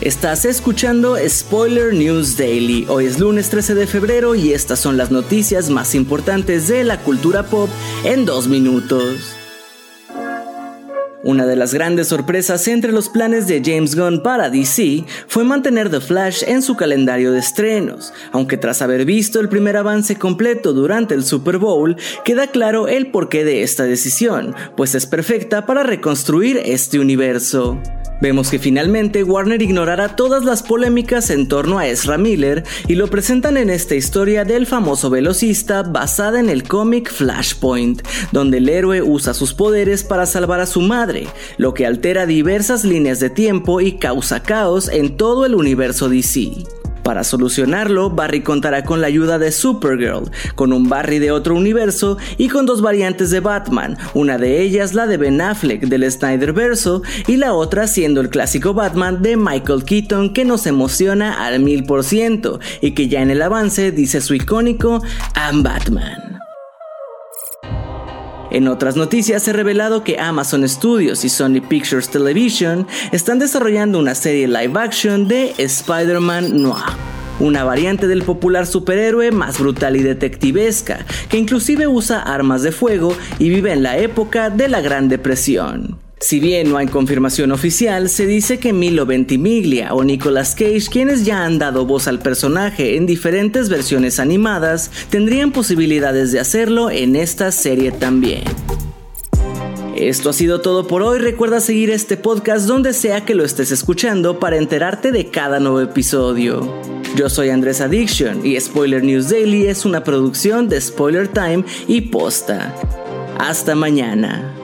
Estás escuchando Spoiler News Daily. Hoy es lunes 13 de febrero y estas son las noticias más importantes de la cultura pop en 2 minutos. Una de las grandes sorpresas entre los planes de James Gunn para DC fue mantener The Flash en su calendario de estrenos, aunque tras haber visto el primer avance completo durante el Super Bowl, queda claro el porqué de esta decisión, pues es perfecta para reconstruir este universo. Vemos que finalmente Warner ignorará todas las polémicas en torno a Ezra Miller y lo presentan en esta historia del famoso velocista basada en el cómic Flashpoint, donde el héroe usa sus poderes para salvar a su madre, lo que altera diversas líneas de tiempo y causa caos en todo el universo DC. Para solucionarlo, Barry contará con la ayuda de Supergirl, con un Barry de otro universo y con 2 variantes de Batman, una de ellas la de Ben Affleck del Snyderverso y la otra siendo el clásico Batman de Michael Keaton que nos emociona al 1000% y que ya en el avance dice su icónico "I'm Batman". En otras noticias se ha revelado que Amazon Studios y Sony Pictures Television están desarrollando una serie live action de Spider-Man Noir, una variante del popular superhéroe más brutal y detectivesca, que inclusive usa armas de fuego y vive en la época de la Gran Depresión. Si bien no hay confirmación oficial, se dice que Milo Ventimiglia o Nicolas Cage, quienes ya han dado voz al personaje en diferentes versiones animadas, tendrían posibilidades de hacerlo en esta serie también. Esto ha sido todo por hoy. Recuerda seguir este podcast donde sea que lo estés escuchando para enterarte de cada nuevo episodio. Yo soy Andrés Addiction y Spoiler News Daily es una producción de Spoiler Time y Posta. Hasta mañana.